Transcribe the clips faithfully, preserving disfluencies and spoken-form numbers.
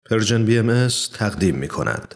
پرژن بی ام اس تقدیم می کند.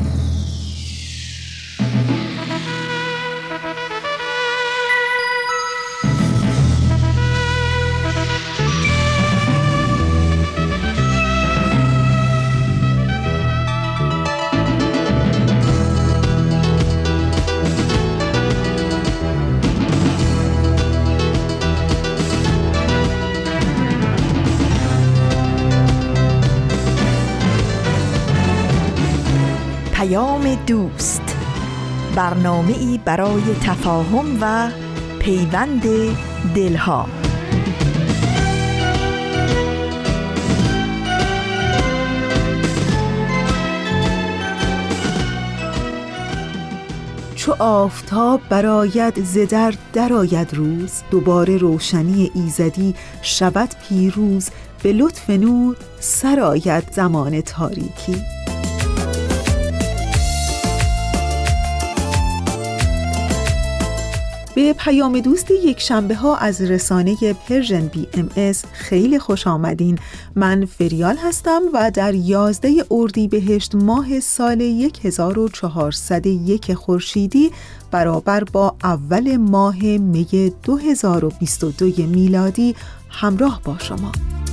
دوست، برنامه‌ای برای تفاهم و پیوند دلها. چو آفتاب برآید ز در درآید روز، دوباره روشنی ایزدی شود پیروز، به لطف نور سرآید زمان تاریکی. به پیام دوست یک شنبه ها از رسانه پرژن بی ام اس خیلی خوش آمدین. من فریال هستم و در یازده اردیبهشت ماه سال هزار و چهارصد و یک خورشیدی برابر با اول ماه می دو هزار و بیست و دو میلادی همراه با شما.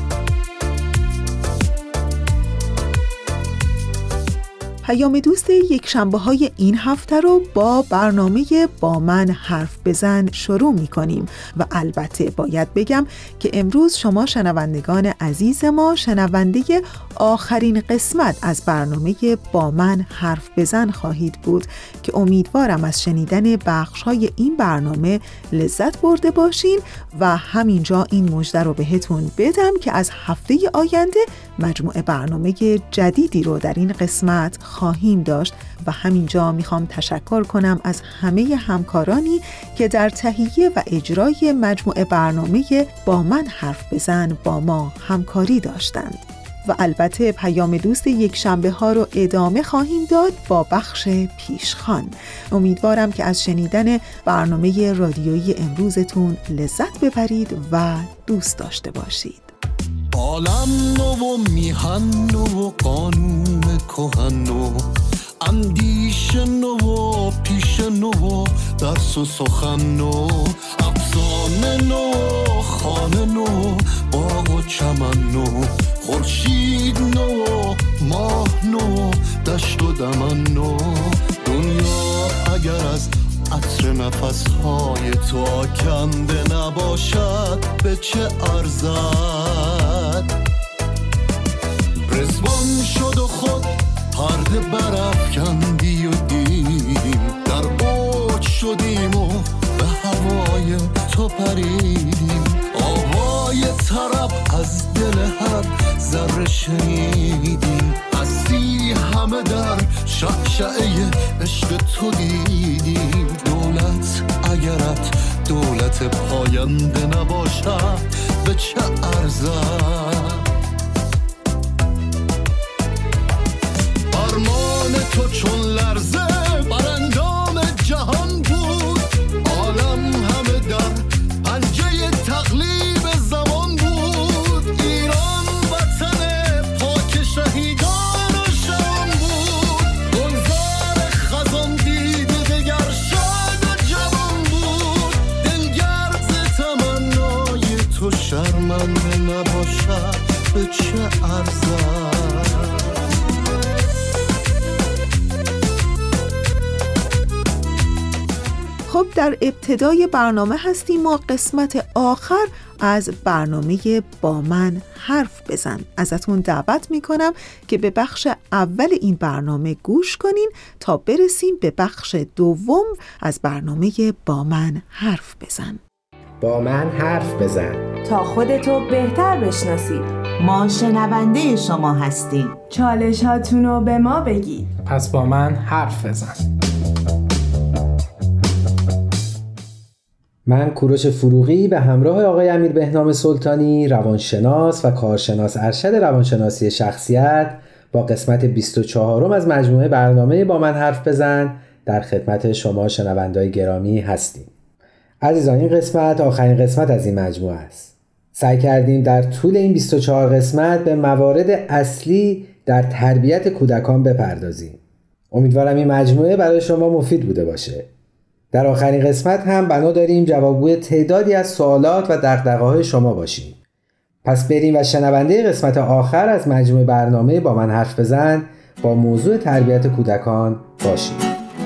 پیام دوست یک شنبه های این هفته رو با برنامه با من حرف بزن شروع می کنیم و البته باید بگم که امروز شما شنوندگان عزیز ما شنونده آخرین قسمت از برنامه با من حرف بزن خواهید بود که امیدوارم از شنیدن بخش های این برنامه لذت برده باشین و همینجا این مژده رو بهتون بدم که از هفته آینده مجموعه برنامه جدیدی رو در این قسمت خواهیم داشت و همینجا میخوام تشکر کنم از همه همکارانی که در تهیه و اجرای مجموعه برنامه با من حرف بزن با ما همکاری داشتند. و البته پیام دوست یک شنبه ها رو ادامه خواهیم داد با بخش پیشخوان. امیدوارم که از شنیدن برنامه رادیویی امروزتون لذت ببرید و دوست داشته باشید. عالم نو و میهن نو و قانون کهن نو، اندیشه نو و پیش نو و درس و سخن نو، افسانه نو خانه نو باغ و چمن نو، خورشید نو ماه نو دشت و دمن نو. دنیا اگر از عطر نفسهای تو آکنده نباشد به چه ارزد؟ رضوان شد و خود پرده برافکندی و دیم، در اوج شدیم و به هوای تو پریدیم، آوای طرب از دل هر ذره شنیدیم، هستی همه در شعشعه عشق تو دیدیم. دولت اگرت دولت پاینده نباشد به چه ارزد؟ فرمان تو چون لرزه بر اندام جهان بود، عالم همه در پنجه تقلیب زمان بود، ایران وطن پاک شهیدان و شان بود، گلزار خزان دیده دگر شاد و جوان بود، دلگرد تمنای تو شرمنده نباشد به چه ارزد؟ خب در ابتدای برنامه هستیم ما قسمت آخر از برنامه با من حرف بزن. ازتون دعوت میکنم که به بخش اول این برنامه گوش کنین تا برسیم به بخش دوم از برنامه با من حرف بزن. با من حرف بزن تا خودتو بهتر بشناسید. ما شنونده شما هستیم. چالشاتونو به ما بگید. پس با من حرف بزن. من کوروش فروغی به همراه آقای امیر بهنام سلطانی، روانشناس و کارشناس ارشد روانشناسی شخصیت، با قسمت بیست و چهارم از مجموعه برنامه با من حرف بزن در خدمت شما شنونده‌های گرامی هستیم. عزیزان، این قسمت آخرین قسمت از این مجموعه است. سعی کردیم در طول این بیست و چهار قسمت به موارد اصلی در تربیت کودکان بپردازیم. امیدوارم این مجموعه برای شما مفید بوده باشه. در آخرین قسمت هم بنا داریم جوابگوی تعدادی از سوالات و دغدغه‌های شما باشیم. پس بریم و شنونده قسمت آخر از مجموعه برنامه با من حرف بزن با موضوع تربیت کودکان باشیم.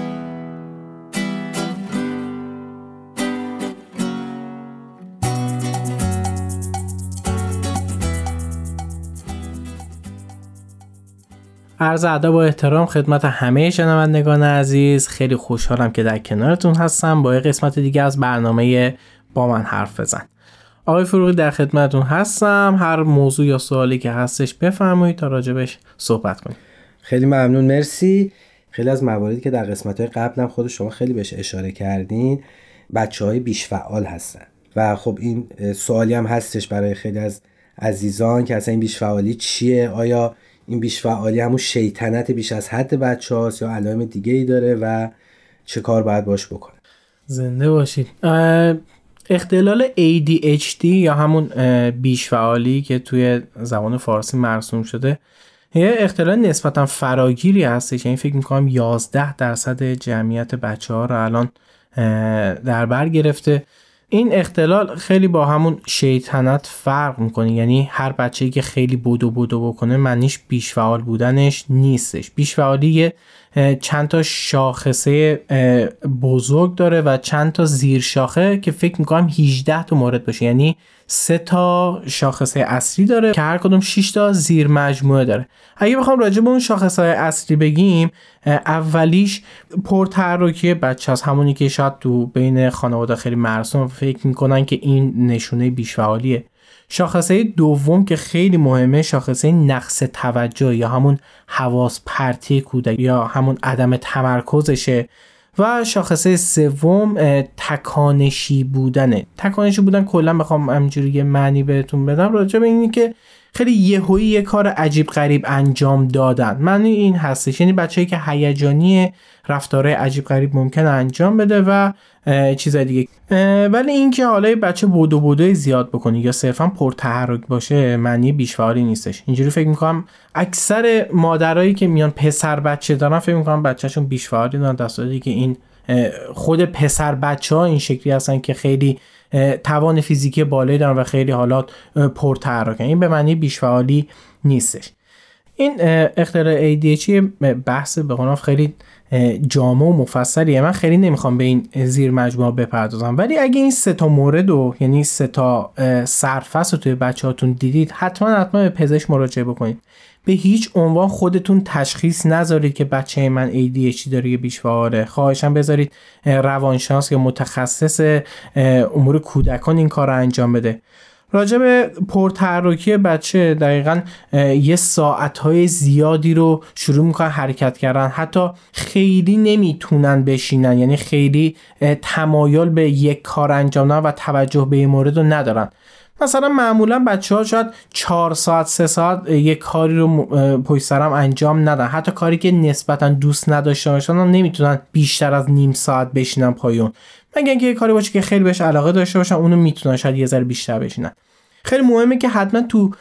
عرض ادب و احترام خدمت همه شنوندگان عزیز. خیلی خوشحالم که در کنارتون هستم با یه قسمت دیگه از برنامه با من حرف بزن. آقای فروغی در خدمتتون هستم. هر موضوع یا سوالی که هستش بفرمایید تا راجبش صحبت کنیم. خیلی ممنون، مرسی. خیلی از مواردی که در قسمت‌های قبلم خود شما خیلی بهش اشاره کردین بچه‌های بیش فعال هستن و خب این سوالی هم هستش برای خیلی از عزیزان که اصلا این بیش فعالی چیه؟ آیا این بیش فعالی همون شیطنت بیش از حد بچه‌هاست یا علائم دیگه‌ای داره و چه کار باید باش بکنه؟ زنده باشید. اختلال ای دی اچ دی یا همون بیش فعالی که توی زبان فارسی مرسوم شده یه اختلال نسبتا فراگیری هستش. یعنی فکر می‌کنم یازده درصد جمعیت بچه‌ها رو الان در بر گرفته. این اختلال خیلی با همون شیطنت فرق میکنه. یعنی هر بچه‌ای که خیلی بدو بدو بکنه معنیش بیش فعال بودنش نیستش. بیش فعالی چند تا شاخصه بزرگ داره و چند تا زیر شاخه که فکر میکنم هجده تا مورد باشه. یعنی سه تا شاخصه اصلی داره که هر کدوم شش تا زیر مجموعه داره. اگه بخوام راجع به اون شاخصه اصلی بگیم، اولیش پرتحرکی بچه است، همونی که شاید تو بین خانواده خیلی مرسوم فکر میکنن که این نشونه بیش فعالیه. شاخصه دوم که خیلی مهمه شاخصه نقص توجه یا همون حواس پرتی کودک یا همون عدم تمرکزشه. و شاخصه سوم تکانشی بودنه. تکانشی بودن کلا بخوام همینجوری یه معنی بهتون بدم راجع به اینی که خیلی یهویی یه کار عجیب غریب انجام دادن. معنی این هستش، یعنی بچه‌ای که هیجانی رفتارهای عجیب غریب ممکنه انجام بده و چیزای دیگه. ولی این که حالا بچه بدو بدوی زیاد بکنه یا صرفا پرتحرک باشه معنی بیش فعالی نیستش. اینجوری فکر می‌کنم اکثر مادرایی که میان پسر بچه دارن فکر می‌کنم بچه‌شون بیش فعالی دارن، در صورتی که این خود پسر بچه‌ها این شکلی هستن که خیلی توان فیزیکی بالایی دارن و خیلی حالات پرتحرکن. این به معنی بیش فعالی نیستش. این اختلال ای دی اچ دی بحث به قول خیلی جامع و مفصلیه. من خیلی نمیخوام به این زیر مجموعه بپردازم، ولی اگه این سه تا مورد رو یعنی سه تا سرفصل رو توی بچه‌هاتون دیدید حتما حتما به پزشک مراجعه بکنید. به هیچ عنوان خودتون تشخیص نذارید که بچه من ای دی اچ دی داره یا بیش فعاله. خواهشاً بذارید روانشناس یا متخصص امور کودکان این کار رو انجام بده. راجع به پرتحرکی بچه دقیقاً یه ساعتهای زیادی رو شروع میکنن حرکت کردن، حتی خیلی نمیتونن بشینن، یعنی خیلی تمایل به یک کار انجام دادن و توجه به این مورد رو ندارن. مثلا معمولا بچه ها شاید چهار ساعت سه ساعت یک کاری رو پشت سرم انجام ندن، حتی کاری که نسبتا دوست نداشته باشن هم نمیتونن بیشتر از نیم ساعت بشینن پایون، مگر اینکه کاری باشه که خیلی بهش علاقه داشته باشن، اونو میتونن شاید یه ذره بیشتر بشینن. خیلی مهمه که حتما تو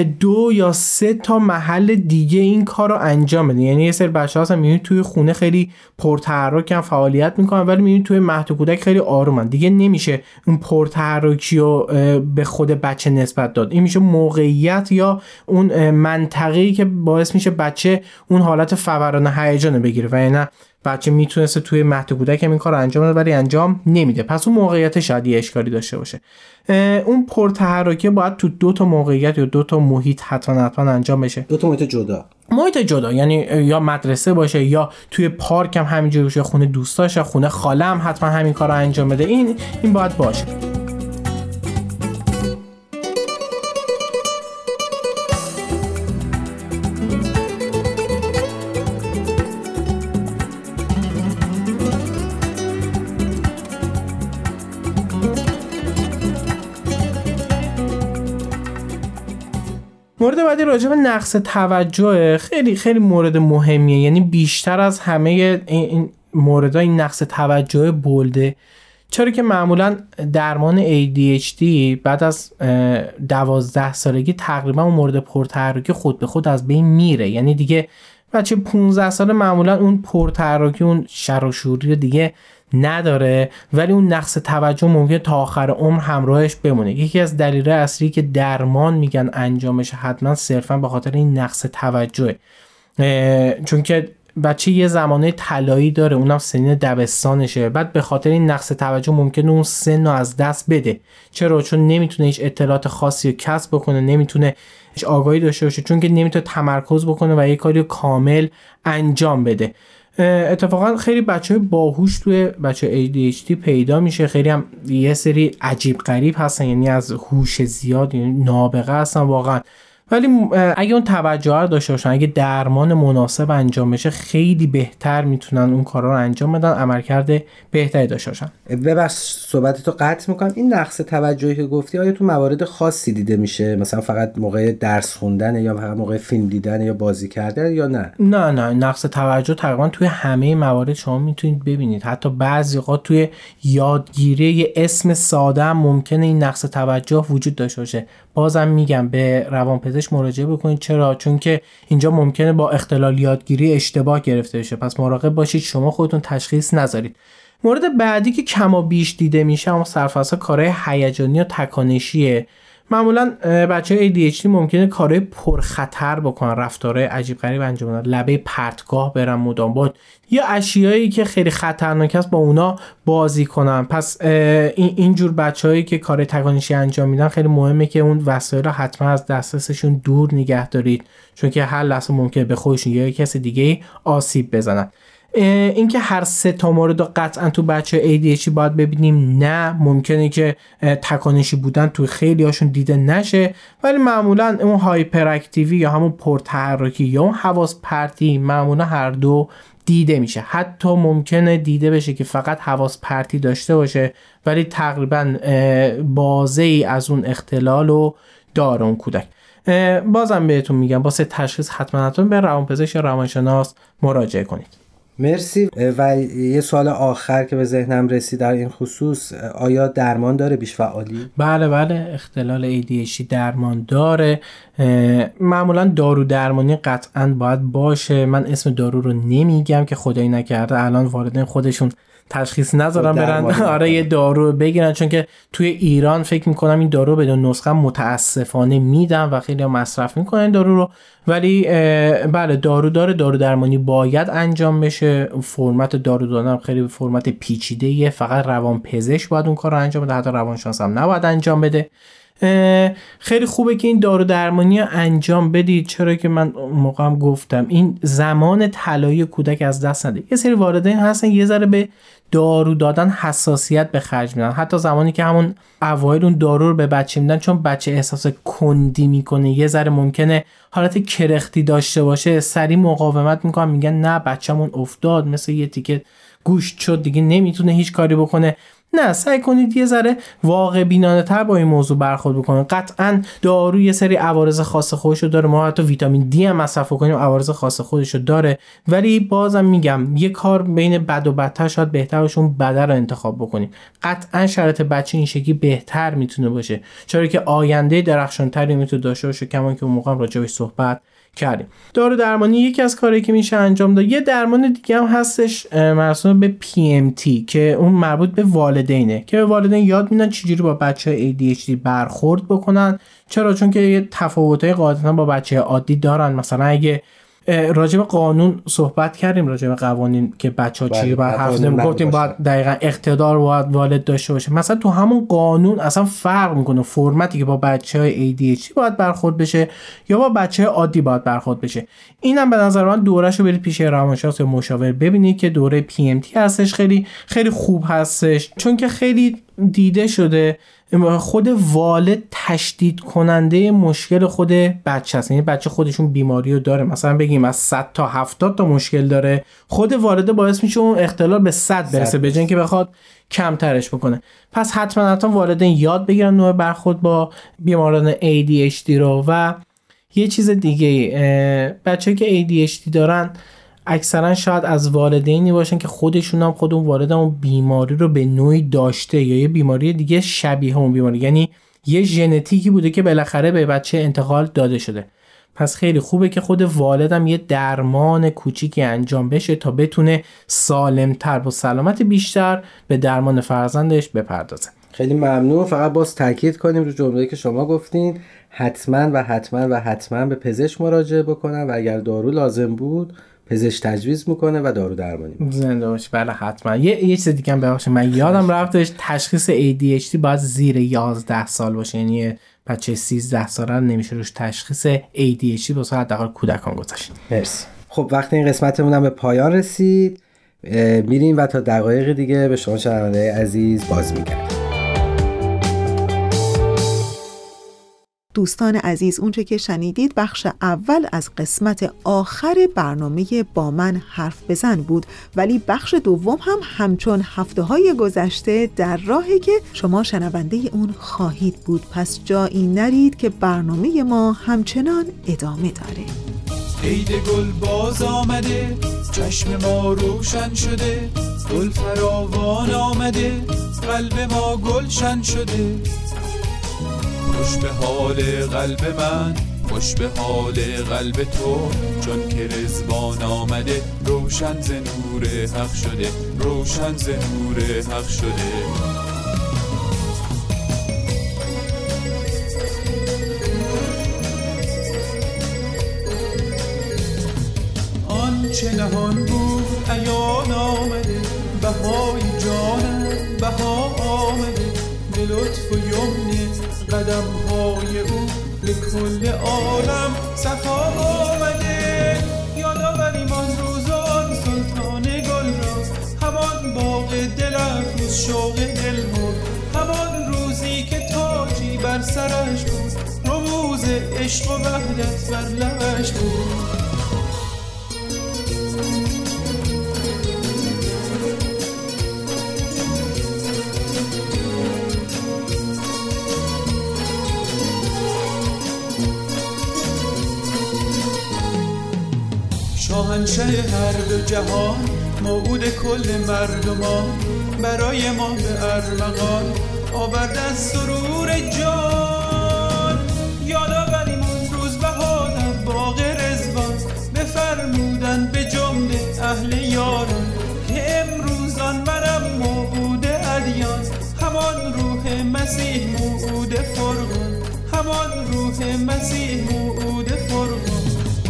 دو یا سه تا محل دیگه این کار رو انجام بدین. یعنی یه سری بچه‌ها هستن میبینید توی خونه خیلی پرتحرکن فعالیت میکنن، ولی میبینید توی مهد کودک خیلی آرومن. دیگه نمیشه اون پرتحرکی رو به خود بچه نسبت داد. این میشه موقعیت یا اون منطقه‌ای که باعث میشه بچه اون حالت فوران هیجان بگیره و نه بچه میتونسته توی مهد کودک هم این کار انجام بده ولی انجام نمیده. پس اون موقعیت شاید یه اشکالی داشته باشه. اون پرتحرکی باید تو دو تا موقعیت یا دو تا محیط حتما حتما انجام بشه. دو تا محیط جدا. محیط جدا یعنی یا مدرسه باشه یا توی پارک هم همینجوری باشه، خونه دوستاش، خونه خاله هم حتما همین کارو انجام بده. این این باید باشه. مورد بعدی راجع به نقص توجه، خیلی خیلی مورد مهمیه. یعنی بیشتر از همه این موردها این نقص توجه بولده. چرا که معمولا درمان ای دی اچ دی بعد از دوازده سالگی تقریبا اون مورد پرتحرکی خود به خود از بین میره. یعنی دیگه بچه پانزده ساله معمولا اون پرتحرکی، اون شر و شوری دیگه نداره، ولی اون نقص توجه ممکنه تا آخر عمر همراهش بمونه. یکی از دلایل اصلی که درمان میگن انجامش حتما صرفا به خاطر این نقص توجهه، چون که بچه یه زمانه طلایی داره، اونم سنین دبستانشه، بعد به خاطر این نقص توجه ممکنه اون سن رو از دست بده. چرا؟ چون نمیتونه هیچ اطلاعات خاصی رو کسب بکنه، نمیتونه هیچ آگاهی داشته باشه، چون که نمیتونه تمرکز بکنه و یه کاری کامل انجام بده. اتفاقا خیلی بچه‌های باهوش توی بچه ای دی اچ دی پیدا میشه، خیلی هم یه سری عجیب غریب هستن، یعنی از هوش زیاد، یعنی نابغه هستن واقعا. ولی اگه اون توجه رو داشته باشن، اگه درمان مناسب انجام بشه، خیلی بهتر میتونن اون کارا رو انجام بدن، عملکرد بهتری داشته باشن. ببخش صحبتتو قطع میکنم. این نقص توجهی که گفتی آیا تو موارد خاصی دیده میشه؟ مثلا فقط موقع درس خوندن یا فقط موقع فیلم دیدن یا بازی کردن یا نه؟ نه نه نقص توجه تقریبا توی همه موارد شما میتونید ببینید. حتی بعضی وقت توی یادگیری یه اسم ساده هم ممکنه این نقص توجه وجود داشته باشه. بازم میگم به روانپزشک مراجعه بکنید. چرا؟ چون که اینجا ممکنه با اختلال یادگیری اشتباه گرفته بشه، پس مراقب باشید شما خودتون تشخیص نذارید. مورد بعدی که کم و بیش دیده میشه اما سرفصل کارهای هیجانی و تکانشیه. معمولا بچه‌های ای دی اچ دی ممکنه کارهای پرخطر بکنن، رفتارهای عجیب غریب انجام بدن، لبه پرتگاه برن مدام بود، یا اشیایی که خیلی خطرناک است با اونا بازی کنن. پس این اینجور بچه‌هایی که کار تکانشی انجام میدن خیلی مهمه که اون وسایل رو حتما از دسترسشون دور نگه دارید، چون که هر لحظه ممکنه به خودشون یا کسی دیگه آسیب بزنن. اینکه هر سه تا مورد قطعا تو بچه ای دی اچ دی باید ببینیم، نه، ممکنه که تکانشی بودن تو خیلی هاشون دیده نشه، ولی معمولا اون هایپر اکتیوی یا همون پرتحرکی یا اون حواس پرتی معمولا هر دو دیده میشه. حتی ممکنه دیده بشه که فقط حواس پرتی داشته باشه ولی تقریبا بازه‌ای از اون اختلال رو داره اون کودک. بازم بهتون میگم واسه تشخیص حتما حتما به روانپزشک یا روانشناس مراجعه کنید. مرسی. و یه سوال آخر که به ذهنم رسید در این خصوص، آیا درمان داره بیش فعالی؟ بله بله اختلال ای دی اچ دی درمان داره. معمولا دارو درمانی قطعا باید باشه. من اسم دارو رو نمیگم که خدایی نکرده الان والدین خودشون تشخیص نذارن برن آره یه دارو بگیرن، چون که توی ایران فکر میکنم این دارو بدون نسخه متاسفانه میدن و خیلی مصرف میکنن این دارو رو. ولی بله دارو داره، دارو درمانی باید انجام بشه. فرمت دارو دادن خیلی فرمت پیچیده‌ایه، فقط روانپزشک باید اون کار رو انجام بده، حتی روانشناس هم نباید انجام بده. خیلی خوبه که این دارو درمانی رو انجام بدید، چرا که من موقعم گفتم این زمان طلایی کودک از دست نده. یه سری والدین هستن یه ذره به دارو دادن حساسیت به خرج میدن، حتی زمانی که همون اوایل اون دارو رو به بچه میدن، چون بچه احساس کندی میکنه، یه ذره ممکنه حالت کرختی داشته باشه، سریع مقاومت میکنن، میگن نه بچه‌مون افتاد، مثل یه تیکه گوشت شد دیگه نمیتونه هیچ کاری بکنه. نه، سعی کنید یه ذره واقع بینانه تر با این موضوع برخورد بکنید. قطعاً دارو یه سری عوارض خاص خودشو داره، ما حتی ویتامین دی هم مصرف کنیم عوارض خاص خودشو داره، ولی بازم میگم یه کار بین بد و بدتر شاید بهتر باشه اون بد رو انتخاب بکنیم. قطعاً شرایط بچه این شکلی بهتر میتونه باشه، چرا که آینده درخشانتری میتونه داشته باشه، کما که اون موقع راجع بهش صحبت کردیم. دارو درمانی یکی از کارهایی که میشه انجام داد. یه درمان دیگه هم هستش مربوط به پی ام تی که اون مربوط به والدینه، که به والدین یاد میدن چجوری با بچه ای دی اچ دی برخورد بکنن. چرا؟ چون که یه تفاوتای قاعدتا با بچه عادی دارن. مثلا اگه راجع به قانون صحبت کردیم، راجع به قوانین که بچه‌ها چی باید حرف نمی‌گفتیم، باید دقیقاً اقتدار باید والد داشته باشه. مثلا تو همون قانون اصلا فرق میکنه فرمتی که با بچه‌های ای دی اچ دی باید برخورد بشه یا با بچه عادی باید برخورد بشه. اینم به نظر من دورهشو برید پیش روانشناس یا مشاور ببینید که دوره پی ام تی هستش، خیلی خیلی خوب هستش، چون که خیلی دیده شده خود والد تشدید کننده مشکل خود بچه است. یعنی بچه خودشون بیماری رو داره، مثلا بگیم از صد تا هفتاد تا مشکل داره، خود والد باعث میشه اون اختلال به صد برسه به جای اینکه بخواد کمترش بکنه. پس حتما حتما والدین یاد بگیرن نوع برخورد با بیماران ای دی اچ دی رو. و یه چیز دیگه، بچه‌ای که ای دی اچ دی دارن اکثرا شاید از والدینی باشن که خودشون هم خود اون والد اون بیماری رو به نوعی داشته یا یه بیماری دیگه شبیه اون بیماری، یعنی یه ژنتیکی بوده که بالاخره به بچه انتقال داده شده. پس خیلی خوبه که خود والدم یه درمان کوچیکی انجام بشه تا بتونه سالمتر با سلامت بیشتر به درمان فرزندش بپردازه. خیلی ممنون. فقط باز تاکید کنیم رو جمله‌ای که شما گفتین، حتما و حتما و حتما به پزشک مراجعه بکنن و اگر دارو لازم بود پزشک تجویز میکنه و دارو درمانی میکنه. زنده باش. بله حتما. یه یه چیز دیگه هم ببخشید من یادم رفتش، تشخیص ای دی اچ دی باید زیر یازده سال باشه، یعنی بچه سیزده ساله نمیشه روش تشخیص ای دی اچ دی واسه حداقل کودکان گذاشت. مرسی. خب وقتی این قسمتمون هم به پایان رسید میریم و تا دقایق دیگه به شما شنونده عزیز باز میگردیم. دوستان عزیز، اونچه که شنیدید بخش اول از قسمت آخر برنامه با من حرف بزن بود، ولی بخش دوم هم همچون هفته های گذشته در راهی که شما شنونده اون خواهید بود. پس جایی نرید که برنامه ما همچنان ادامه داره. عید گل باز آمده، چشم ما روشن شده، گل فراوان آمده، قلب ما گلشن شده. خوش به حال قلب من، خوش به حال قلب تو، چون که رضوان آمده، روشن ز نور حق شده، روشن ز نور حق شده. آنچه نهان بود عیان آمده، بهای جانم بها آمده، به لطف و یمن قدم های او به کل عالم صفا آمده. یادآوریم آن روزان سلطان گل را، همان باغ دل افروز شوق دل بود، همان روزی که تاجی بر سرش بود، رموز عشق و وحدت بر لبش بود. شاهنشه هر دو جهان، موعود کل مردمان، برای ما به ارمغان آورده از سرور جان. یادآوریم اون روز بهادم باغ رضوان، بفرمودن به جمله اهل یاران که امروزان منم موعود ادیان، همان روح مسیح موعود فرقان، همان روح مسیح موعود فرقان.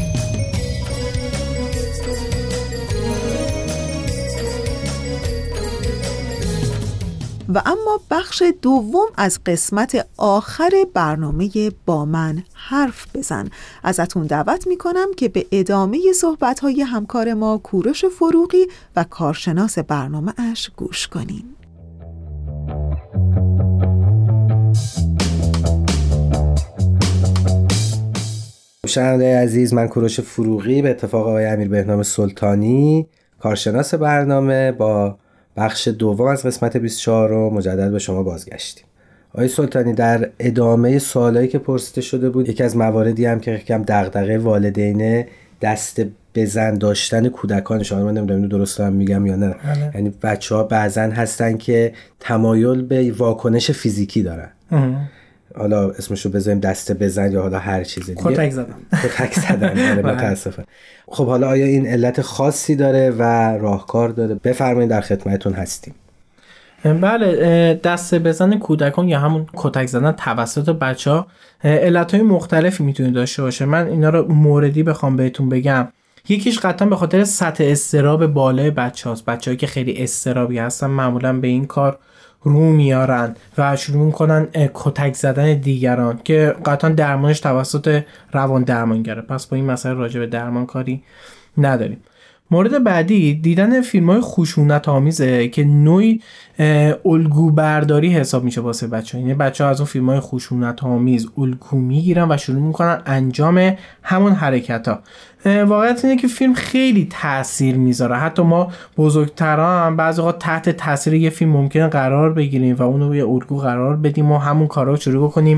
و اما بخش دوم از قسمت آخر برنامه با من حرف بزن، ازتون دعوت میکنم که به ادامه صحبت‌های همکار ما کوروش فروغی و کارشناس برنامه اش گوش کنین. شنونده عزیز، من کوروش فروغی به اتفاق آقای امیر بهنام سلطانی کارشناس برنامه با بخش دوم از قسمت بیست و چهار رو مجدد به شما بازگشتیم. آقای سلطانی، در ادامه سوالایی که پرسیده شده بود، یکی از مواردی هم که کم دغدغه والدین دست بزن داشتن کودکانشان، من نمیدونم درست دارم میگم یا نه، یعنی بچه‌ها بعضن هستن که تمایل به واکنش فیزیکی دارن، حالا اسمشو بذاریم دست بزن یا حالا هر چیز دیگه، کتک زدن کتک زدن متاسفم. خب حالا آیا این علت خاصی داره و راهکار داره؟ بفرمایید، در خدمتتون هستیم. بله، دست بزن کودکان یا همون کتک زدن توسط بچه‌ها علت‌های مختلفی میتونه داشته باشه. من اینا رو موردی بخوام بهتون بگم، یکیش قطعا به خاطر سطح اضطراب بالای بچه‌هاست. بچه‌هایی که خیلی اضطرابی هستن معمولاً به این کار رو میارن و شروع میکنن کتک زدن دیگران که قطعا درمانش توسط روان درمانگره، پس با این مسئله راجع به درمان کاری نداریم. مورد بعدی دیدن فیلم‌های خشونت آمیزه که نوعی الگو برداری حساب میشه واسه بچه‌ها. یعنی بچه‌ها از اون فیلم‌های خشونت آمیز الگو میگیرن و شروع میکنن انجام همون حرکت‌ها. واقعیت اینه که فیلم خیلی تأثیر میذاره. حتی ما بزرگتران هم بعضی وقت تحت تأثیر یه فیلم ممکنه قرار بگیریم و اونو یه الگو قرار بدیم و همون کارا رو شروع بکنیم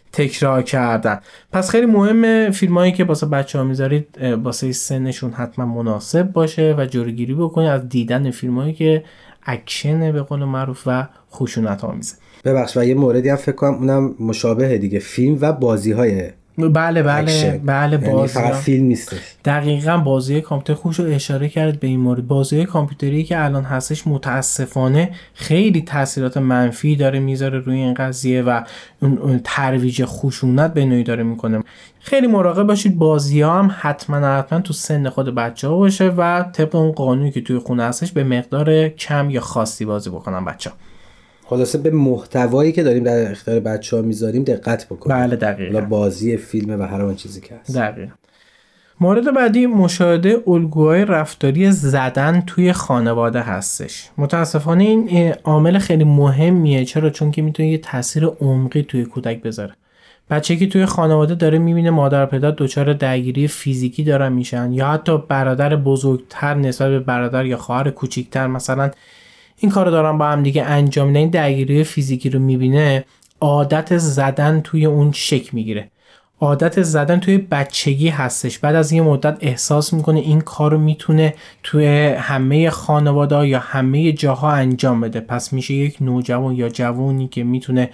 تکرار کردن. پس خیلی مهمه فیلمایی که واسه بچه‌ها میذارید واسه سنشون حتما مناسب باشه و جلوگیری بکنید از دیدن فیلمایی که اکشن به قول معروف و خشونت آمیزه. ببخش و یه موردی هم فکر کنم اونم مشابهه دیگه، فیلم و بازی‌های بله بله اکشن. بله بازی یعنی فقط فیلم نیستش. دقیقاً بازی کامپیوتر خوش رو اشاره کرد به این مورد. بازی کامپیوتری که الان هستش متاسفانه خیلی تاثیرات منفی داره میذاره روی این قضیه و اون ترویج خشونت به نوعی داره میکنه. خیلی مراقب باشید بازی ها هم حتما حتما تو سن خود بچه ها باشه و طبق اون قانونی که توی خونه هستش به مقدار کم یا خاصی بازی بکنن بچه ها. خلاصه به محتوایی که داریم در اختیار بچه‌ها میذاریم دقت بکنیم. بله دقیقاً. بازی، فیلم و هر آن چیزی که هست. دقیقاً. مورد بعدی مشاهده الگوهای رفتاری زدن توی خانواده هستش. متاسفانه این عامل خیلی مهمیه. چرا؟ چون که میتونه یه تاثیر عمقی توی کودک بذاره. بچه‌ای که توی خانواده داره میبینه مادر و پدر دچار درگیری فیزیکی دارن میشن یا حتی برادر بزرگتر نسبت به برادر یا خواهر کوچیکتر مثلا این کارو دارن با هم دیگه انجام میدن، این درگیری فیزیکی رو میبینه، عادت زدن توی اون شک میگیره. عادت زدن توی بچگی هستش. بعد از یه مدت احساس میکنه این کارو میتونه توی همه خانواده یا همه جاها انجام بده. پس میشه یک نوجوان یا جوانی که میتونه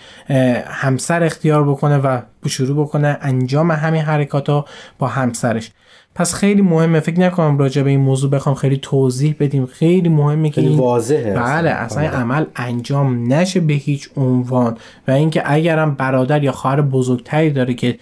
همسر اختیار بکنه و شروع بکنه انجام همین حرکاتو با همسرش. پس خیلی مهمه. فکر نکنم راجع به این موضوع بخوام خیلی توضیح بدیم. خیلی مهمه که خیلی واضحه. بله اصلا این عمل انجام نشه به هیچ عنوان و اینکه اگرم برادر یا خواهر بزرگتری داره که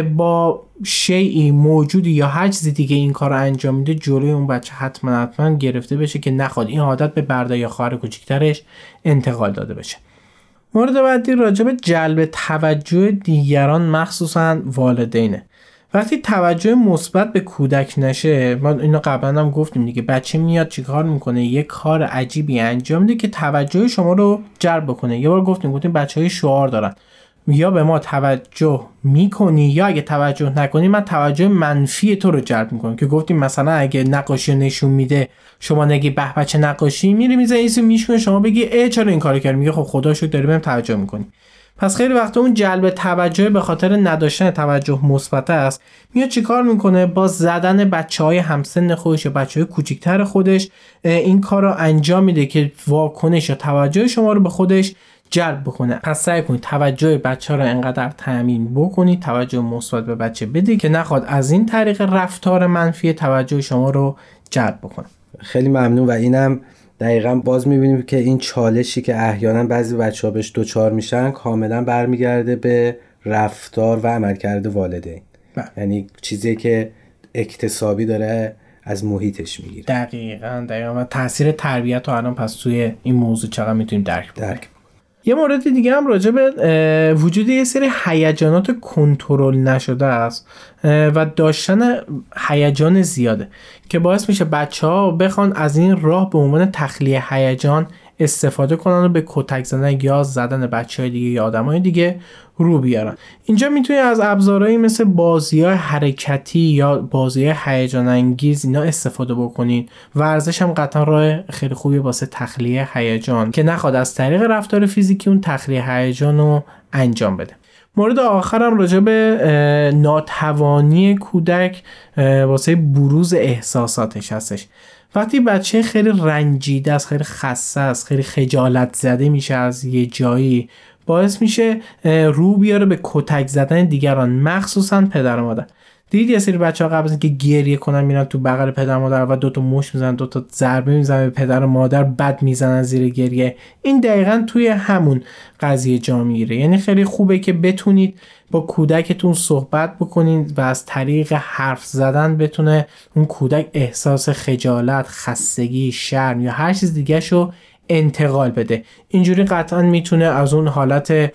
با شیئی موجودی یا هر چیزی دیگه این کار رو انجام میده، جلوی اون بچه حتما حتما گرفته بشه که نخواد این عادت به برادر یا خواهر کوچیکترش انتقال داده بشه. مورد بعدی راجع به جلب توجه دیگران مخصوصا والدینه. وقتی توجه مثبت به کودک نشه، ما اینو قبلا هم گفتیم دیگه، بچه میاد چیکار میکنه؟ یه کار عجیبی انجام میده که توجه شما رو جلب بکنه. یه بار گفتیم گفتیم بچهای شعار دارن، یا به ما توجه میکنی یا اگه توجه نکنی من توجه منفی تو رو جلب میکنم. که گفتیم مثلا اگه نقاشی نشون میده شما نگی به بچه نقاشی، میری میزنی ایسو میشونه، شما بگی ای چرا این کارو کردی؟ میگه خب خدا شکر داری بهم توجه میکنی. پس خیلی وقتا اون جلب توجه به خاطر نداشتن توجه مثبت است. میاد چیکار میکنه؟ با زدن بچهای همسن خودش یا بچهای کوچیکتر خودش این کار رو انجام میده که واکنش یا توجه شما رو به خودش جلب بکنه. پس سعی کنید توجه بچه ها رو انقدر تامین بکنید، توجه مثبت به بچه بدید که نخواد از این طریق رفتار منفی توجه شما رو جلب بکنه. خیلی ممنون. و اینم دقیقاً باز میبینیم که این چالشی که احیانا بعضی بچه‌ها بهش دوچار میشن کاملا برمیگرده به رفتار و عملکرد والدین. یعنی چیزی که اکتسابی داره از محیطش میگیره. دقیقاً دقیقاً و تاثیر تربیت رو الان پس توی این موضوع چقدر میتونیم درک بکنیم. یه مورد دیگه هم راجع به وجود یه سری هیجانات کنترل نشده است و داشتن هیجان زیاده که باعث میشه بچه‌ها بخوان از این راه به عنوان تخلیه هیجان استفاده کنن و به کتک زدن یا زدن بچه‌های دیگه یا آدمای دیگه رو بیارن. اینجا میتونی از ابزارهایی مثل بازی‌های حرکتی یا بازی‌های هیجان انگیز اینا استفاده بکنین. ورزش هم قطعا راه خیلی خوبی واسه تخلیه هیجان که نخواد از طریق رفتار فیزیکی اون تخلیه هیجان رو انجام بده. مورد آخرم راجع به ناتوانی کودک واسه بروز احساساتش هستش. وقتی بچه خیلی رنجیده است، خیلی خسته است، خیلی خجالت زده میشه از یه جایی، باعث میشه رو بیاره به کتک زدن دیگران، مخصوصا پدر و مادر. دیدید یه سری بچه‌ها قبل از اینکه گریه کنن میرن تو بغل پدر و مادر و دو تا مش میزنن، دو تا ضربه میزنن به پدر و مادر، بد میزنن زیر گریه. این دقیقاً توی همون قضیه جا میگیره. یعنی خیلی خوبه که بتونید با کودکتون صحبت بکنید و از طریق حرف زدن بتونه اون کودک احساس خجالت، خستگی، شرم یا هر چیز دیگه شو انتقال بده. اینجوری قطعا میتونه از اون حالت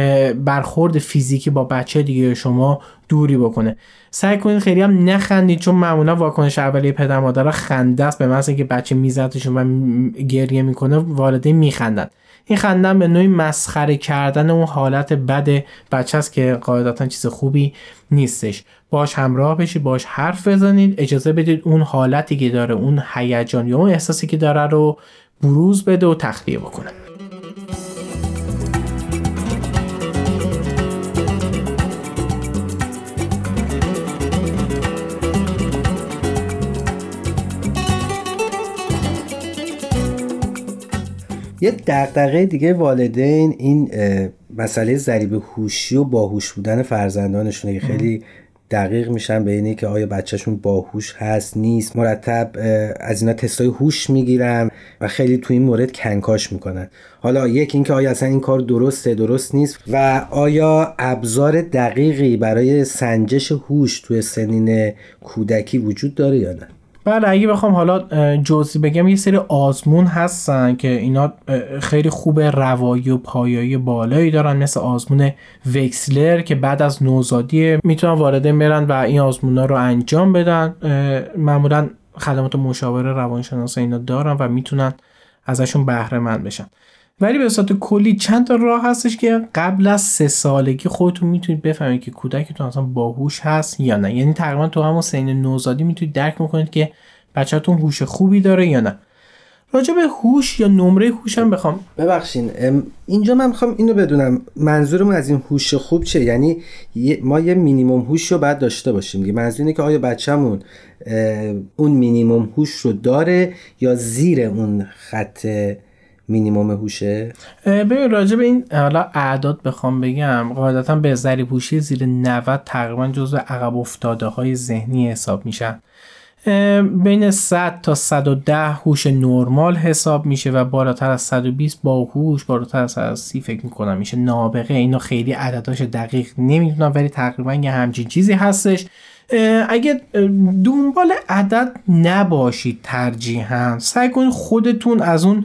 برخورد فیزیکی با بچه دیگه شما دوری بکنه. سعی کنید خیلی هم نخندید، چون معمولا واکنش اولیه پدر مادر خنده است. به مثلا که بچه میزدشون و گریه میکنه والدین میخندن. این خندن به نوعی مسخره کردن اون حالت بد بچه است که قاعدتا چیز خوبی نیستش. باش همراه بشید، باش حرف بزنید، اجازه بدید اون حالتی که داره، اون هیجان یا اون احساسی که داره رو بروز بده و تخلیه بکنه. یه دغدغه دیگه والدین این مسئله ضریب هوشی و باهوش بودن فرزندانشونه که خیلی دقیق میشن به اینه که آیا بچهشون باهوش هست نیست، مرتب از اینا تستای هوش میگیرن و خیلی تو این مورد کنکاش میکنن. حالا یک این که آیا اصلا این کار درسته درست نیست و آیا ابزار دقیقی برای سنجش هوش توی سنین کودکی وجود داره یا نه؟ بله، اگه بخوام حالا جزئی بگم یه سری آزمون هستن که اینا خیلی خوبه، روایی و پایایی بالایی دارن، مثل آزمون وکسلر که بعد از نوزادی میتونن والدین برن و این آزمونا رو انجام بدن. معمولا خدمات مشاوره روانشناسی اینا دارن و میتونن ازشون بهره مند بشن. ولی به صورت کلی چند تا راه هستش که قبل از سه سالگی خودتون میتونید بفهمید که کودکتون اصلا باهوش هست یا نه. یعنی تقریبا تو همون سن نوزادی میتونید درک میکنید که بچه‌تون هوش خوبی داره یا نه. راجع به هوش یا نمره هوش هم بخوام ببخشین اینجا من میخوام اینو بدونم منظورمون از این هوش خوب چه؟ یعنی ما یه مینیمم هوش رو باید داشته باشیم. منظور اینه که آیا بچه‌مون اون مینیمم هوش رو داره یا زیر اون خط مینیمم هوشه؟ ببین راجع به این حالا اعداد بخوام بگم، قاعدتا به ضریب هوشی زیر نود تقریبا جزو عقب افتاده های ذهنی حساب میشن. بین صد تا صد و ده هوش نرمال حساب میشه و بالاتر از صد و بیست باهوش، بالاتر از صد و سی فکر میکنم میشه نابغه. اینا خیلی عدداش دقیق نمیدونم ولی تقریبا یه همچین چیزی هستش. اگه دنبال عدد نباشید ترجیحاً سعی کنید خودتون از اون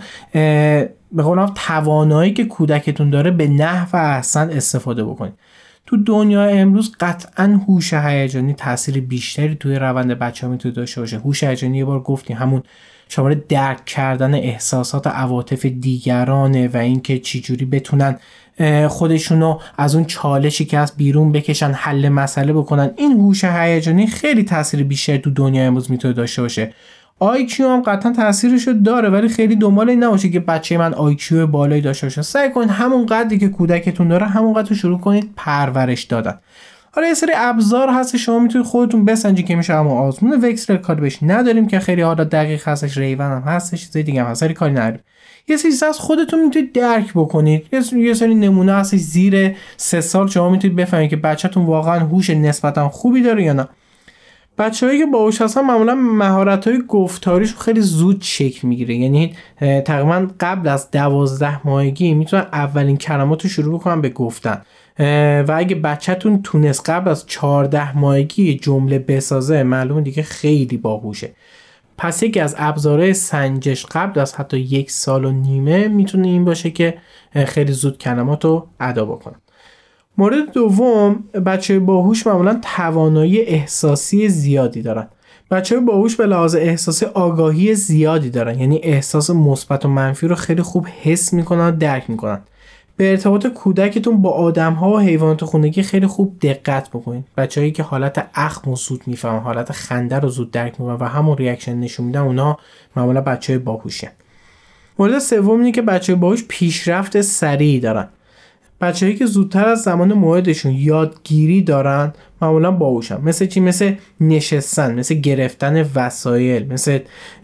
به قولم توانایی که کودکتون داره به نحو احسن استفاده بکنید. تو دنیای امروز قطعاً هوش هیجانی تاثیر بیشتری توی روند بچه‌ها میتونه داشته باشه. هوش هیجانی یه بار گفتیم همون شامل درک کردن احساسات و عواطف دیگرانه و اینکه چجوری بتونن خودشونو از اون چالشی که از بیرون بکشن، حل مسئله بکنن. این هوش هیجانی خیلی تاثیر بیشتری تو دنیای امروز میتونه داشته باشه. آی کیو هم قطعا تاثیرشو داره ولی خیلی دنبال این نباشه که بچه من آی کیو بالایی داشته باشه. سعی کنید همون قدری که کودکتون داره همون قدر رو شروع کنید پرورش دادن. حالا یه سری ابزار هست شما میتونید خودتون بسنجید که میشه همون آزمون وکسلر، کاری بهش نداریم که خیلی حالا دقیق هستش، ریون هم هستش، چیزای دیگه هم هست، سری کاری نداریم. یه سری از خودتون میتونید درک بکنید. یه سری نمونه هست زیر سه سال شما میتونید بفهمید که بچه‌تون واقعا هوش نسبتا خوبی داره یا نه. بچه‌هایی که باهوش هستن معمولا مهارت‌های گفتاریشون خیلی زود شکل میگیره. یعنی تقریبا قبل از دوازده ماهگی میتونن اولین کلماتو شروع بکنن به گفتن و اگه بچه‌تون تونست قبل از چهارده ماهگی جمله بسازه معلومه دیگه خیلی باهوشه. پس یکی از ابزارهای سنجش قبل از حتی یک سال و نیمه میتونه این باشه که خیلی زود کلماتو ادا بکنن. مورد دوم، بچه باهوش معمولا توانایی احساسی زیادی دارن. بچه باهوش به لحاظ احساسی آگاهی زیادی دارن، یعنی احساس مثبت و منفی رو خیلی خوب حس میکنن و درک میکنن. به ارتباط کودکتون با آدم‌ها و حیوانات خونگی خیلی خوب دقت بکنید. بچه‌هایی که حالت اخم رو زود میفهمن، حالت خنده رو زود درک میکنن و همون ریاکشن نشون میدن، اونا معمولا بچه‌های باهوشن. مورد سوم اینه که بچه‌های باهوش پیشرفت سریعی دارن. بچه‌هایی که زودتر از زمان موعدشون یادگیری دارن معمولا باهوشن. مثل چی؟ مثل نشستن، مثل گرفتن وسایل، مثل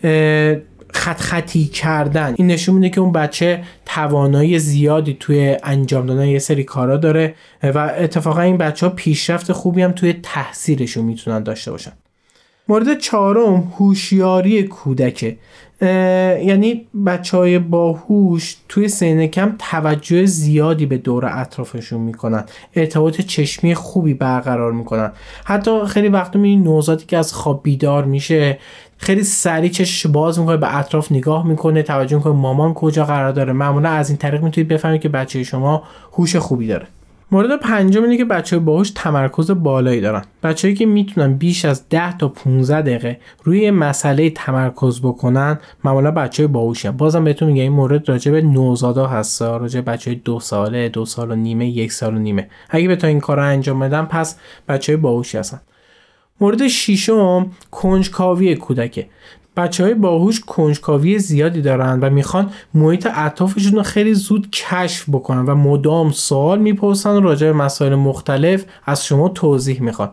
خط خطی کردن. این نشون میده که اون بچه توانایی زیادی توی انجام دادن یه سری کارا داره و اتفاقا این بچه‌ها پیشرفت خوبی هم توی تحصیلشون میتونن داشته باشن. مورد چهارم هوشیاری کودکه. یعنی بچهای باهوش توی سن کم توجه زیادی به دور اطرافشون میکنن، ارتباط چشمی خوبی برقرار میکنن. حتی خیلی وقتا میبینی نوزادی که از خواب بیدار میشه خیلی سریع چشش باز میکنه، به اطراف نگاه میکنه، توجه میکنه مامان کجا قرار داره. معمولا از این طریق میتونید بفهمید که بچه شما هوش خوبی داره. مورد پنجم اینه که بچه باهوش تمرکز بالایی دارن. بچه‌ای که میتونن بیش از ده تا پانزده دقیقه روی مسئله تمرکز بکنن معمولا بچه‌ای باهوشن. بازم بهتون میگم این مورد راجع به نوزادا هست، راجع به بچه‌ای دو ساله، دو سال و نیمه، یک سال و نیمه. اگه بتونن این کارو انجام بدن پس بچه‌ای باهوشی هستن. مورد ششم کنجکاوی کودکه. بچه‌های باهوش کنجکاوی زیادی دارن و میخوان محیط اطرافشون رو خیلی زود کشف بکنن و مدام سوال میپرسن راجع به مسائل مختلف، از شما توضیح میخوان.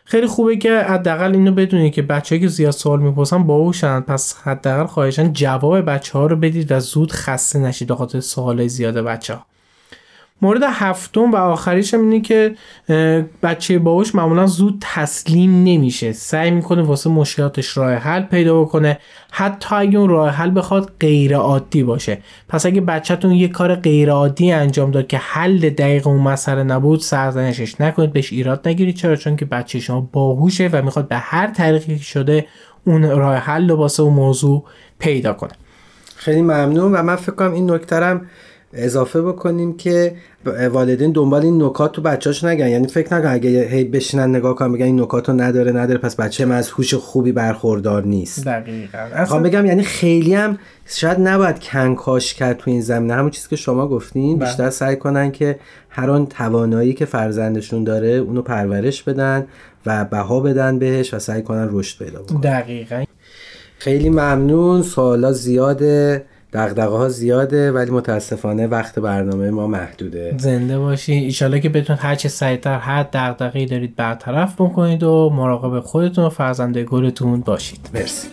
خیلی خوبه که حداقل اینو بدونید که بچه‌ای که زیاد سوال میپرسن باهوشن، پس حداقل خواهشاً جواب بچه‌ها رو بدید و زود خسته نشید به خاطر سوالای زیاد بچه‌ها. مورد هفتم و آخریش هم اینه که بچه باهوش معمولا زود تسلیم نمیشه، سعی میکنه واسه مشکلاتش راه حل پیدا بکنه، حتی اگه اون راه حل بخواد غیر عادی باشه. پس اگه بچه‌تون یه کار غیر عادی انجام داد که حل دقیق اون مسئله نبود، سرزنشش نکنید، بهش ایراد نگیرید. چرا؟ چون که بچه شما باهوشه و میخواد به هر طریقی که شده اون راه حل رو واسه اون موضوع پیدا کنه. خیلی ممنون. و من فکر کنم این نکته رو اضافه بکنیم که والدین دنبال این نکات تو بچه‌هاش نگن، یعنی فکر نکن اگه هی بشینن نگاه کنن بگن این نکاتو نداره نداره پس بچه من از هوش خوبی برخوردار نیست. دقیقاً. میخوام بگم یعنی خیلی هم شاید نباید کنکاش کرد تو این زمینه، همون چیزی که شما گفتین. بله. بیشتر سعی کنن که هر آن توانایی که فرزندشون داره اونو پرورش بدن و بها بدن بهش و سعی کنن رشد پیدا بکنن. دقیقاً. خیلی ممنون. سوالا زیاده، دغدغه‌ها زیاده، ولی متاسفانه وقت برنامه ما محدوده. زنده باشی. ایشالله که بتونید هر چه سریعتر هر دغدغه‌ای دارید برطرف بکنید و مراقب خودتون و فرزند گلتون باشید. مرسی.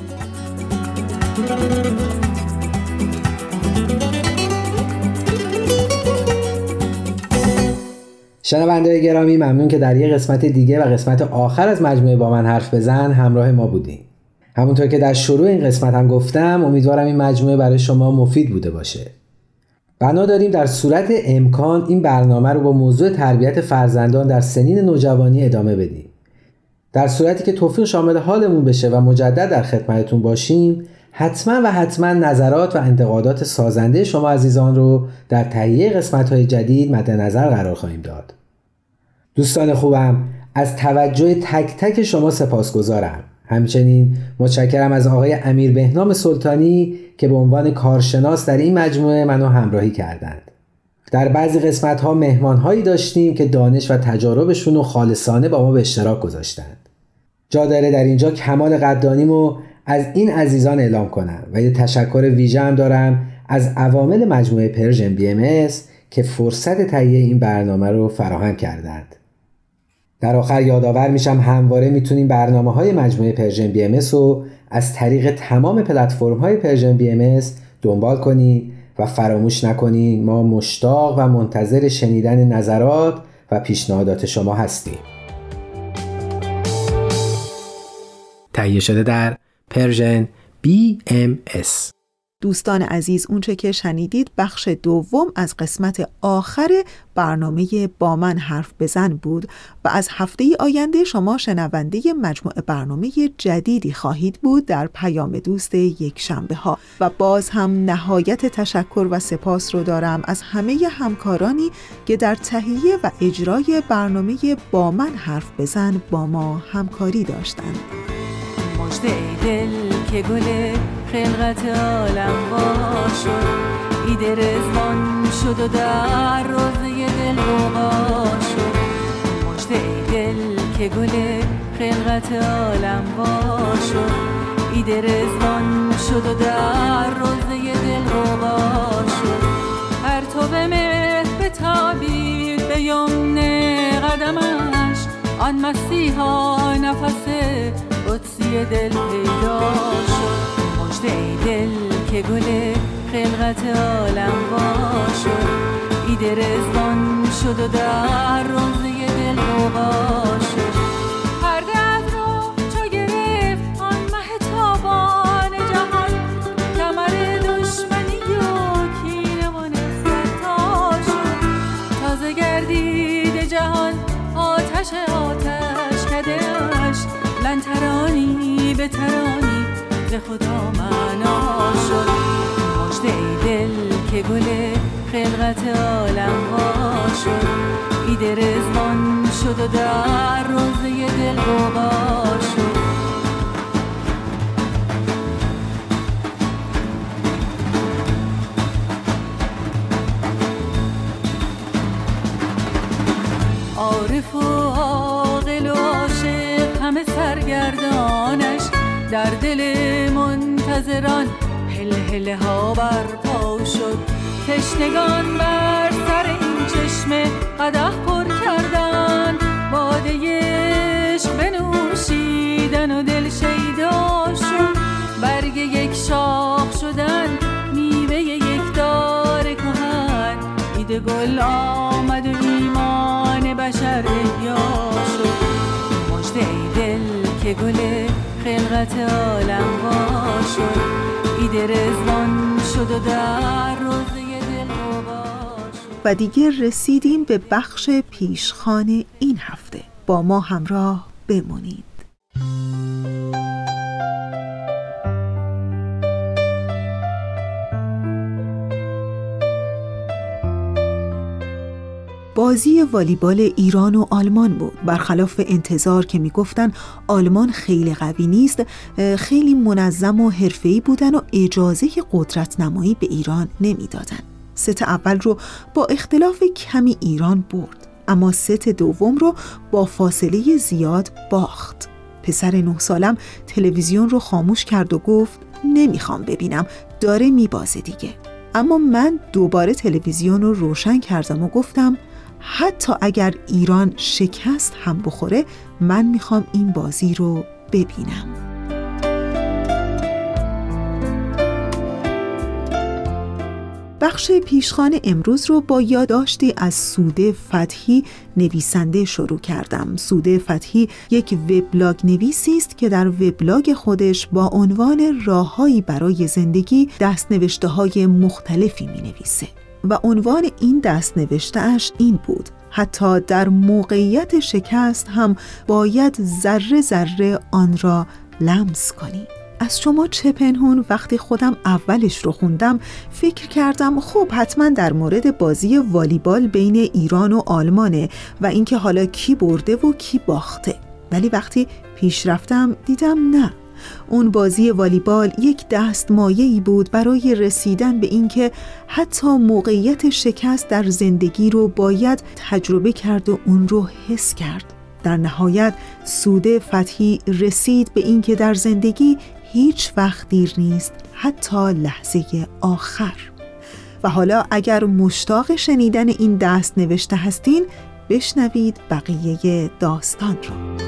شنونده‌های گرامی، ممنون که در یک قسمت دیگه و قسمت آخر از مجموعه با من حرف بزن همراه ما بودین. همونطور که در شروع این قسمت هم گفتم، امیدوارم این مجموعه برای شما مفید بوده باشه. بنا داریم در صورت امکان این برنامه رو با موضوع تربیت فرزندان در سنین نوجوانی ادامه بدیم. در صورتی که توفیق شامل حالمون بشه و مجدد در خدمتتون باشیم، حتما و حتما نظرات و انتقادات سازنده شما عزیزان رو در تهیه قسمت‌های جدید مد نظر قرار خواهیم داد. دوستان خوبم، از توجه تک تک شما سپاسگزارم. همچنین متشکرم از آقای امیر بهنام سلطانی که به عنوان کارشناس در این مجموعه منو همراهی کردند. در بعضی قسمت‌ها مهمان‌هایی داشتیم که دانش و تجاربشون رو خالصانه با ما به اشتراک گذاشتند. جا داره در اینجا کمال قدردانیمو از این عزیزان اعلام کنم و یه تشکر ویژه هم دارم از عوامل مجموعه پرژن بی ام اس که فرصت تهیه این برنامه رو فراهم کردند. در آخر یادآور میشم همواره میتونیم برنامه‌های مجموعه پرژن بی ام اس رو از طریق تمام پلتفرم‌های پرژن بی ام اس دنبال کنید و فراموش نکنید ما مشتاق و منتظر شنیدن نظرات و پیشنهادات شما هستیم. تهیه شده در پرژن بی ام اس. دوستان عزیز، اونچه که شنیدید بخش دوم از قسمت آخر برنامه با من حرف بزن بود و از هفته آینده شما شنونده مجموعه برنامه جدیدی خواهید بود در پیام دوست یک شنبه ها. و باز هم نهایت تشکر و سپاس رو دارم از همه همکارانی که در تهیه و اجرای برنامه با من حرف بزن با ما همکاری داشتند. مژده ای دل که گل خلقت عالم وا شد، ایده رزوان شد و در روزه دل غوغا شد. مژده ای دل که گل خلقت عالم وا شد، ایده رزوان شد و در روزه دل غوغا شد. هر تو به مهر بتابید به یمن قدمش، آن مسیحا نفس قدسی دل پیدا شد. مژده ای دل که گل خلقت عالم وا شد، ایده رزوان شد و در روزه دل غوغا شد. پرده از رو چو گرفت آن مه تابان جهان، کمر دشمنی و کینه و نفرت تا شد. تازه گردید جهان آتش آتش کده‌اش، لن ترانی به ترانی ز خدا معنا شد. مژده ای دل که گل خلقت عالم وا شد، ایده رزوان شد و در روزه دل غوغا شد. عارف و عاقل و عاشق همه سرگردانش، در دل منتظران هل هله ها برپا شد. تشنگان بر سر این چشمه قدح پر کردن، باده عشق بنوشیدن و دل شیدا شد، برگ یک شاخ شدن، میوه یک دار کهن، ایده گل آمد و ایمان بشر احیا شد. مژده ای دل که گل خلقت عالم وا شد، ایده رضوان شد و در روزه دل غوا شد. و دیگه رسیدیم به بخش پیشخوان این هفته. با ما همراه بمونید. بازی والیبال ایران و آلمان بود. برخلاف انتظار که میگفتن آلمان خیلی قوی نیست، خیلی منظم و حرفه‌ای بودن و اجازه قدرت نمایی به ایران نمیدادن. ست اول رو با اختلاف کمی ایران برد، اما ست دوم رو با فاصله زیاد باخت. پسر نه سالم تلویزیون رو خاموش کرد و گفت نمیخوام ببینم، داره میبازه دیگه. اما من دوباره تلویزیون رو روشن کردم و گفتم حتی اگر ایران شکست هم بخوره، من میخوام این بازی رو ببینم. بخش پیشخوان امروز رو با یادداشتی از سوده فتحی نویسنده شروع کردم. سوده فتحی یک وبلاگ نویسی است که در وبلاگ خودش با عنوان راههایی برای زندگی دست‌نوشته‌های مختلفی می‌نویسه و عنوان این دست‌نوشته‌اش این بود: حتی در موقعیت شکست هم باید ذره ذره آن را لمس کنی. از شما چه پنهون؟ وقتی خودم اولش رو خوندم فکر کردم خب حتما در مورد بازی والیبال بین ایران و آلمانه و اینکه حالا کی برده و کی باخته. ولی وقتی پیش رفتم دیدم نه، اون بازی والیبال یک دستمایه‌ای بود برای رسیدن به اینکه حتی موقعیت شکست در زندگی رو باید تجربه کرد و اون رو حس کرد. در نهایت سوده فتحی رسید به اینکه در زندگی هیچ وقت دیر نیست، حتی لحظه آخر. و حالا اگر مشتاق شنیدن این دست نوشته هستین، بشنوید بقیه داستان رو.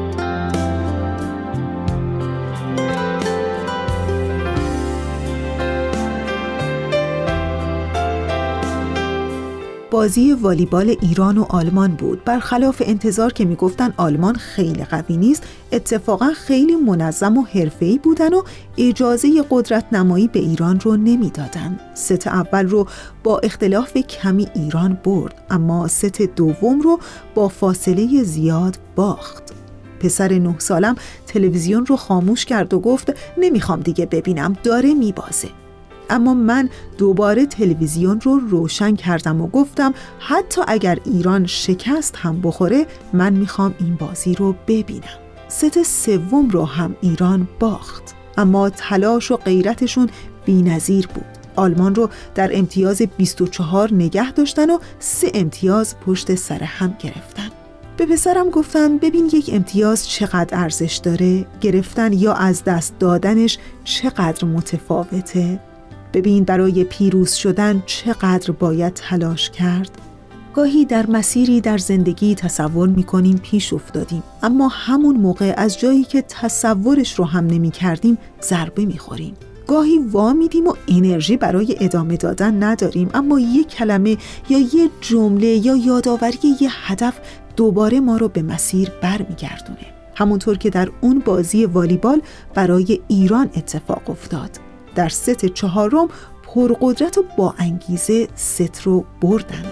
بازی والیبال ایران و آلمان بود. برخلاف انتظار که میگفتن آلمان خیلی قوی نیست، اتفاقا خیلی منظم و حرفه‌ای بودن و اجازه قدرت نمایی به ایران رو نمیدادن. ست اول رو با اختلاف کمی ایران برد، اما ست دوم رو با فاصله زیاد باخت. پسر نه سالم تلویزیون رو خاموش کرد و گفت نمیخوام دیگه ببینم، داره میبازه. اما من دوباره تلویزیون رو روشن کردم و گفتم حتی اگر ایران شکست هم بخوره، من میخوام این بازی رو ببینم. ست سوم رو هم ایران باخت، اما تلاش و غیرتشون بی‌نظیر بود. آلمان رو در امتیاز بیست و چهار نگه داشتن و سه امتیاز پشت سر هم گرفتن. به پسرم گفتم ببین یک امتیاز چقدر ارزش داره، گرفتن یا از دست دادنش چقدر متفاوته. ببین برای پیروز شدن چقدر باید تلاش کرد. گاهی در مسیری در زندگی تصور می‌کنیم پیش افتادیم، اما همون موقع از جایی که تصورش رو هم نمی‌کردیم ضربه می‌خوریم. گاهی وا میدیم و انرژی برای ادامه دادن نداریم، اما یک کلمه یا یک جمله یا یادآوری یه هدف دوباره ما رو به مسیر برمیگردونه. همونطور که در اون بازی والیبال برای ایران اتفاق افتاد. در ست چهارم پرقدرت و با انگیزه ست رو بردند.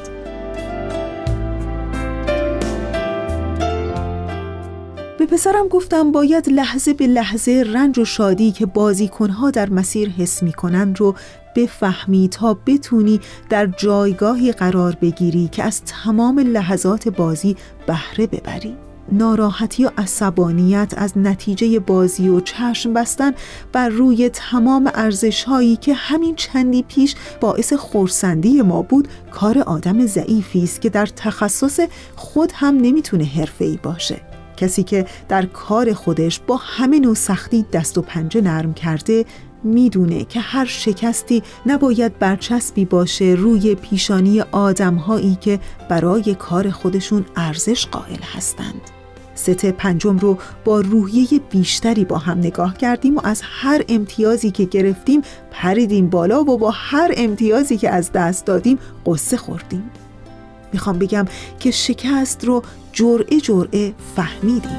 به پسرم گفتم باید لحظه به لحظه رنج و شادی که بازیکنها در مسیر حس می‌کنند رو بفهمی تا بتونی در جایگاهی قرار بگیری که از تمام لحظات بازی بهره ببری. ناراحتی و عصبانیت از نتیجه بازی و چشم بستن بر روی تمام ارزش‌هایی که همین چندی پیش باعث خرسندی ما بود، کار آدم ضعیفی است که در تخصص خود هم نمیتونه حرفه‌ای باشه. کسی که در کار خودش با همه نوع سختی دست و پنجه نرم کرده میدونه که هر شکستی نباید برچسبی باشه روی پیشانی آدم‌هایی که برای کار خودشون ارزش قائل هستند. ست پنجم رو با روحیه بیشتری با هم نگاه کردیم و از هر امتیازی که گرفتیم پریدیم بالا و با هر امتیازی که از دست دادیم قصه خوردیم. میخوام بگم که شکست رو جرعه جرعه فهمیدیم.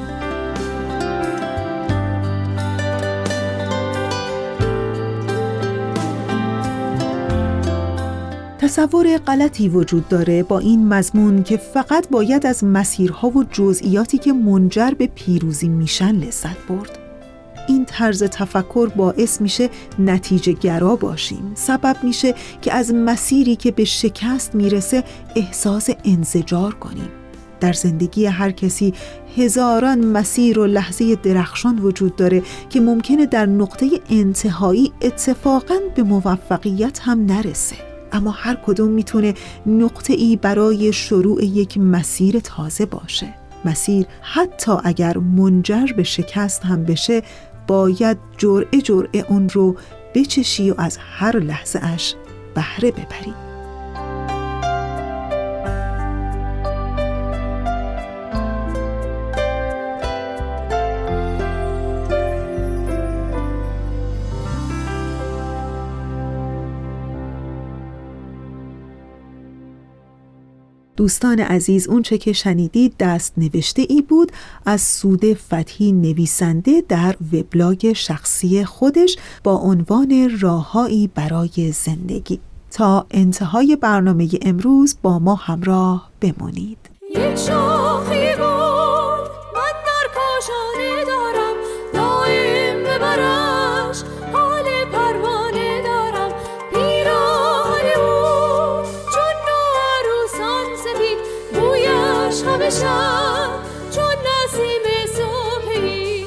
تصور غلطی وجود داره با این مضمون که فقط باید از مسیرها و جزئیاتی که منجر به پیروزی میشن لذت برد. این طرز تفکر باعث میشه نتیجه گرا باشیم، سبب میشه که از مسیری که به شکست میرسه احساس انزجار کنیم. در زندگی هر کسی هزاران مسیر و لحظه درخشان وجود داره که ممکنه در نقطه انتهایی اتفاقاً به موفقیت هم نرسه، اما هر کدوم میتونه نقطه‌ای برای شروع یک مسیر تازه باشه. مسیر حتی اگر منجر به شکست هم بشه، باید جرعه جرعه اون رو بچشی و از هر لحظه اش بهره ببری. دوستان عزیز، اون چه که شنیدید دست نوشته ای بود از سوده فتحی، نویسنده در وبلاگ شخصی خودش با عنوان راههایی برای زندگی. تا انتهای برنامه امروز با ما همراه بمانید. یک شاخی بود من در کاشانه دارم، دائم ببرش حال پروانه دارم. پیراهن او چون نوعروسان سفید، بویش همیشه چون نسیم صبحی.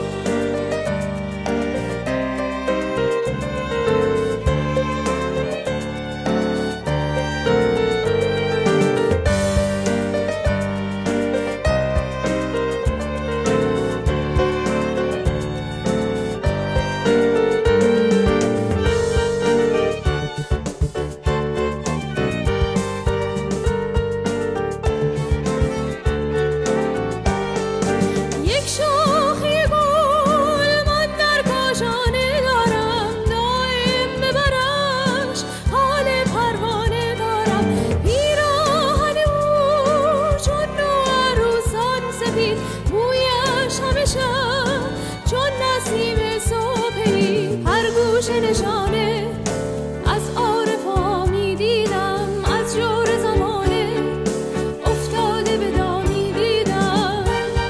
نشانه از عارفا می دیدم، از جور زمانه افتاده به دامی دیدم.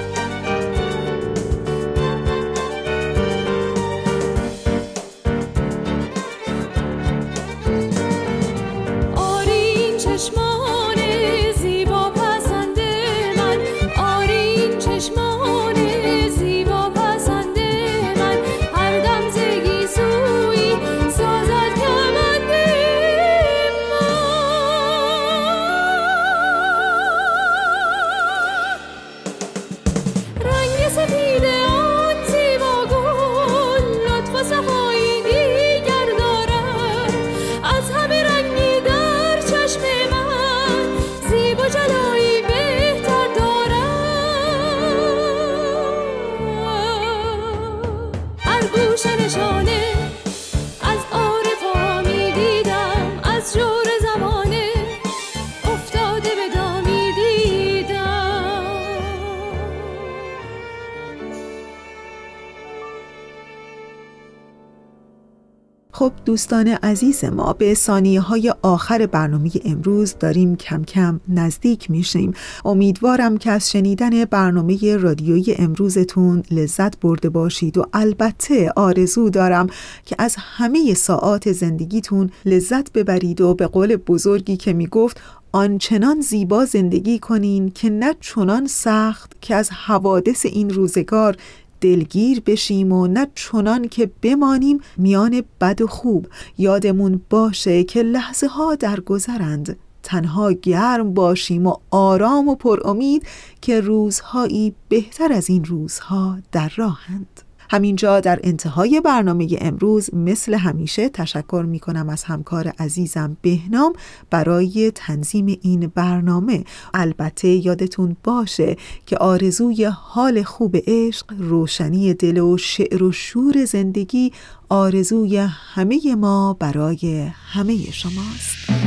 آرین چشمان زیبا پسنده من، آرین چشمان زیبا پسنده من، هر دم زگی سوی سازد کمند من. رنگ سپید آن زیبا گل لطف و صفایی دیگر دارد، از همه رنگی در چشم من زیبا جلایی بهتر دارد. هر گوشه نشانه از عارفا می دیدم، از جور زمانه افتاده به دامی دیدم. خب دوستان عزیز ما، به ثانیه های آخر برنامه امروز داریم کم کم نزدیک میشیم. امیدوارم که از شنیدن برنامه رادیویی امروزتون لذت برده باشید و البته آرزو دارم که از همه ساعات زندگیتون لذت ببرید و به قول بزرگی که میگفت آنچنان زیبا زندگی کنین که نه چنان سخت که از حوادث این روزگار دلگیر بشیم و نه چنان که بمانیم میان بد و خوب. یادمون باشه که لحظه ها در گذرند، تنها گرم باشیم و آرام و پر امید که روزهایی بهتر از این روزها در راهند. همینجا در انتهای برنامه امروز مثل همیشه تشکر می کنم از همکار عزیزم بهنام برای تنظیم این برنامه. البته یادتون باشه که آرزوی حال خوب عشق، روشنی دل و شعر و شور زندگی آرزوی همه ما برای همه شماست.